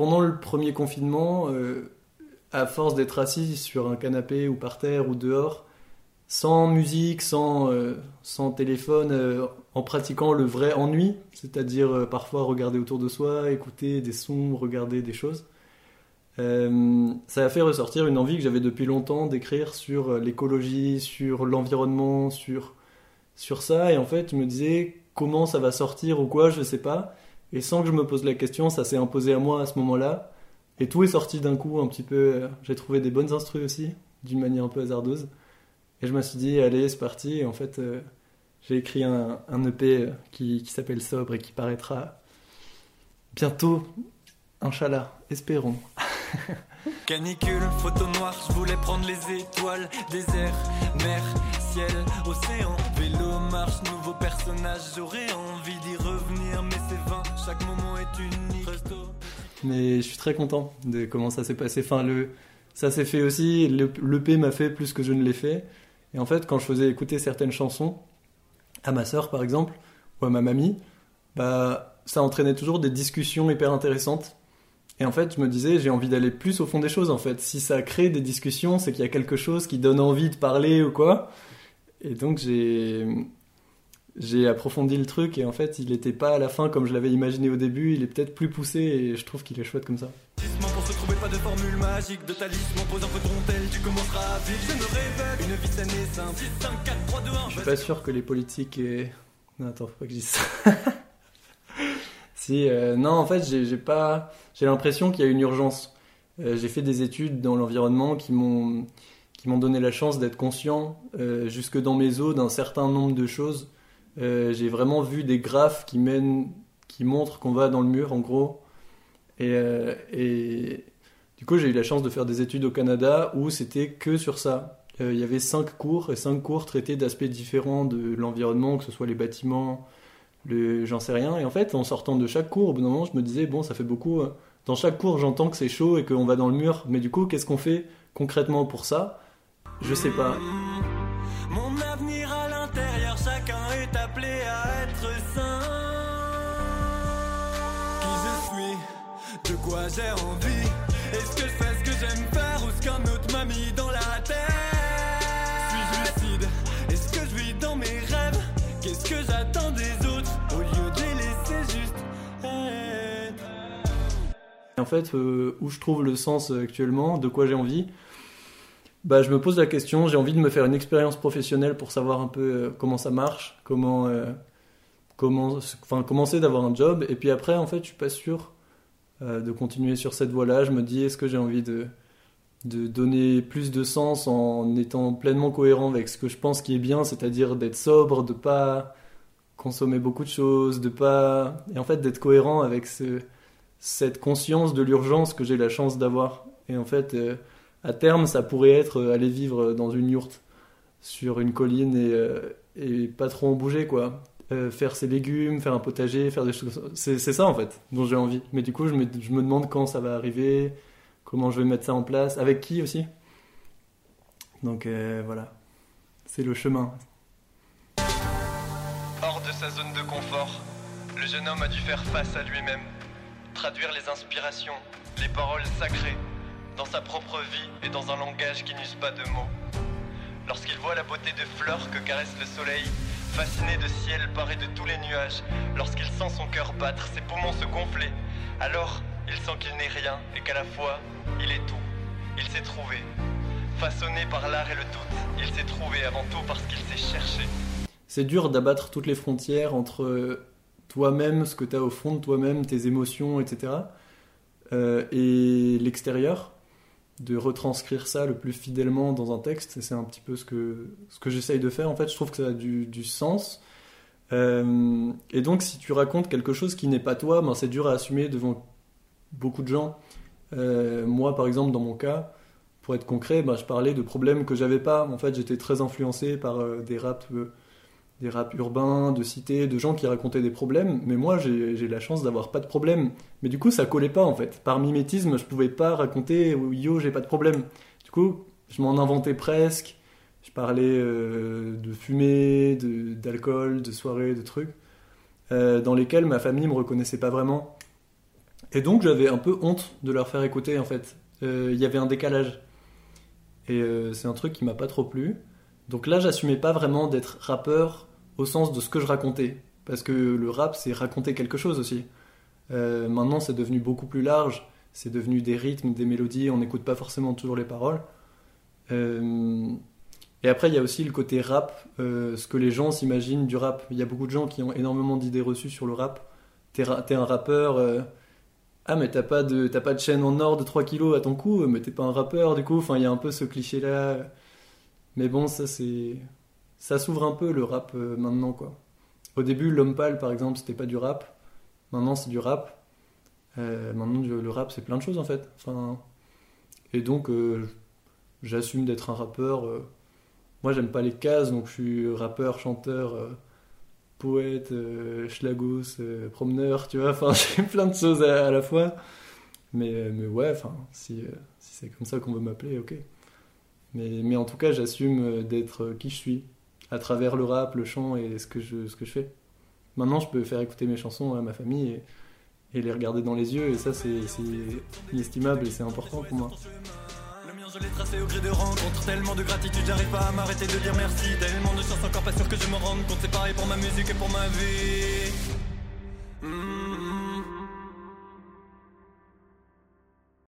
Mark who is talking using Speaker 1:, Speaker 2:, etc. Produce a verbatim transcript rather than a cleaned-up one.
Speaker 1: pendant le premier confinement, euh, à force d'être assis sur un canapé ou par terre ou dehors, sans musique, sans, euh, sans téléphone, euh, en pratiquant le vrai ennui, c'est-à-dire euh, parfois regarder autour de soi, écouter des sons, regarder des choses, euh, ça a fait ressortir une envie que j'avais depuis longtemps d'écrire sur l'écologie, sur l'environnement, sur, sur ça. Et en fait, je me disais comment ça va sortir ou quoi, je sais pas. Et sans que je me pose la question, ça s'est imposé à moi à ce moment-là. Et tout est sorti d'un coup, un petit peu. J'ai trouvé des bonnes instrus aussi, d'une manière un peu hasardeuse. Et je me suis dit, allez, c'est parti. Et en fait, euh, j'ai écrit un, un E P qui, qui s'appelle Sobre et qui paraîtra bientôt, Inch'Allah, espérons.
Speaker 2: Canicule, photo noire, je voulais prendre les étoiles, désert, mer, ciel, océan, vélo, marche, nouveau personnage, j'aurais envie d'y revenir, mais c'est vain, chaque moment est unique. Resto.
Speaker 1: Mais je suis très content de comment ça s'est passé. Enfin, le, ça s'est fait aussi, le, l'E P m'a fait plus que je ne l'ai fait. Et en fait, quand je faisais écouter certaines chansons, à ma sœur par exemple, ou à ma mamie, bah, ça entraînait toujours des discussions hyper intéressantes. Et en fait, je me disais, j'ai envie d'aller plus au fond des choses, en fait. Si ça crée des discussions, c'est qu'il y a quelque chose qui donne envie de parler ou quoi. Et donc, j'ai, j'ai approfondi le truc, et en fait, il n'était pas à la fin comme je l'avais imaginé au début, il est peut-être plus poussé, et je trouve qu'il est chouette comme ça.
Speaker 2: Pour se trouver, pas de formule magique, de talisman, pose un peu ton tel, tu commenceras à vivre, je me rêve, une vie saine et simple, six, cinq, quatre, trois, deux, un.
Speaker 1: Je suis pas sûr que les politiques aient... Non, attends, faut pas que je dise ça. Si, euh, non, en fait, j'ai, j'ai pas... J'ai l'impression qu'il y a une urgence. Euh, j'ai fait des études dans l'environnement qui m'ont, qui m'ont donné la chance d'être conscient, euh, jusque dans mes os, d'un certain nombre de choses. Euh, j'ai vraiment vu des graphes qui mènent, qui montrent qu'on va dans le mur, en gros. Et, euh, et du coup, j'ai eu la chance de faire des études au Canada où c'était que sur ça. Euh, il y avait cinq cours, et cinq cours traitaient d'aspects différents de l'environnement, que ce soit les bâtiments, le, j'en sais rien. Et en fait, en sortant de chaque cours, au bout d'un moment, je me disais, bon, ça fait beaucoup. euh, Dans chaque cours, j'entends que c'est chaud et qu'on va dans le mur. Mais du coup, qu'est-ce qu'on fait concrètement pour ça ? Je sais pas.
Speaker 2: Mon avenir à l'intérieur, chacun est appelé à être saint. Qui je suis, de quoi j'ai envie. Est-ce que je fais ce que j'aime faire ou ce qu'un autre m'a mis dans la tête ? Suis-je lucide ? Est-ce que je vis dans mes rêves ? Qu'est-ce que j'attends des autres au lieu de les laisser juste être ?
Speaker 1: En fait, euh, où je trouve le sens actuellement, de quoi j'ai envie, bah, je me pose la question, j'ai envie de me faire une expérience professionnelle pour savoir un peu euh, comment ça marche, comment, euh, comment, enfin, commencer d'avoir un job. Et puis après, en fait, je suis pas sûr euh, de continuer sur cette voie-là. Je me dis, est-ce que j'ai envie de, de donner plus de sens en étant pleinement cohérent avec ce que je pense qui est bien, c'est-à-dire d'être sobre, de pas consommer beaucoup de choses, de pas... Et en fait, d'être cohérent avec ce... cette conscience de l'urgence que j'ai la chance d'avoir. Et en fait, euh, à terme, ça pourrait être euh, aller vivre dans une yourte sur une colline et, euh, et pas trop en bouger, quoi. Euh, faire ses légumes, faire un potager, faire des choses... C'est, c'est ça, en fait, dont j'ai envie. Mais du coup, je me, je me demande quand ça va arriver, comment je vais mettre ça en place, avec qui aussi. Donc euh, voilà, c'est le chemin.
Speaker 3: Hors de sa zone de confort, le jeune homme a dû faire face à lui-même. Traduire les inspirations, les paroles sacrées, dans sa propre vie et dans un langage qui n'use pas de mots. Lorsqu'il voit la beauté de fleurs que caresse le soleil, fasciné de ciel paré de tous les nuages, lorsqu'il sent son cœur battre, ses poumons se gonfler, alors il sent qu'il n'est rien et qu'à la fois, il est tout. Il s'est trouvé. Façonné par l'art et le doute, il s'est trouvé avant tout parce qu'il s'est cherché.
Speaker 1: C'est dur d'abattre toutes les frontières entre toi-même, ce que tu as au fond de toi-même, tes émotions, et cetera, euh, et l'extérieur, de retranscrire ça le plus fidèlement dans un texte. Et c'est un petit peu ce que, ce que j'essaye de faire. En fait, je trouve que ça a du, du sens. Euh, et donc, si tu racontes quelque chose qui n'est pas toi, ben, c'est dur à assumer devant beaucoup de gens. Euh, moi, par exemple, dans mon cas, pour être concret, ben, je parlais de problèmes que j'avais pas. En fait, j'étais très influencé par euh, des raps... Euh, des raps urbains, de cités, de gens qui racontaient des problèmes, mais moi j'ai, j'ai la chance d'avoir pas de problème. Mais du coup ça collait pas en fait. Par mimétisme, je pouvais pas raconter « yo, j'ai pas de problème ». Du coup, je m'en inventais presque. Je parlais euh, de fumée, de, d'alcool, de soirées, de trucs, euh, dans lesquels ma famille me reconnaissait pas vraiment. Et donc j'avais un peu honte de leur faire écouter en fait. Il euh, y avait un décalage. Et euh, c'est un truc qui m'a pas trop plu. Donc là j'assumais pas vraiment d'être rappeur au sens de ce que je racontais. Parce que le rap c'est raconter quelque chose aussi. Euh, maintenant c'est devenu beaucoup plus large. C'est devenu des rythmes, des mélodies, on n'écoute pas forcément toujours les paroles. Euh, et après il y a aussi le côté rap, euh, ce que les gens s'imaginent du rap. Il y a beaucoup de gens qui ont énormément d'idées reçues sur le rap. T'es, ra- t'es un rappeur... Euh, ah mais t'as pas de t'as pas de chaîne en or de trois kilos à ton cou, mais t'es pas un rappeur du coup. Enfin il y a un peu ce cliché là. Mais bon ça c'est ça s'ouvre un peu le rap euh, maintenant quoi. Au début l'homme pâle par exemple c'était pas du rap. Maintenant c'est du rap. Euh, maintenant du- le rap c'est plein de choses en fait. Enfin et donc euh, j'assume d'être un rappeur. euh. Moi j'aime pas les cases donc je suis rappeur, chanteur. euh, poète, euh, schlagos, euh, promeneur, tu vois, enfin j'ai plein de choses à, à la fois. Mais, euh, mais ouais, enfin, si, euh, si c'est comme ça qu'on veut m'appeler, ok. Mais, mais en tout cas, j'assume euh, d'être euh, qui je suis, à travers le rap, le chant et ce que je, ce que je fais. Maintenant, je peux faire écouter mes chansons à ma famille et, et les regarder dans les yeux, et ça, c'est, c'est inestimable et c'est important pour moi.
Speaker 2: Le mien je l'ai tracé au gré de rencontres. Tellement de gratitude j'arrive pas à m'arrêter de dire merci. Tellement de chance encore pas sûr que je me rende compte. C'est pareil pour ma musique et pour ma vie. Mmh.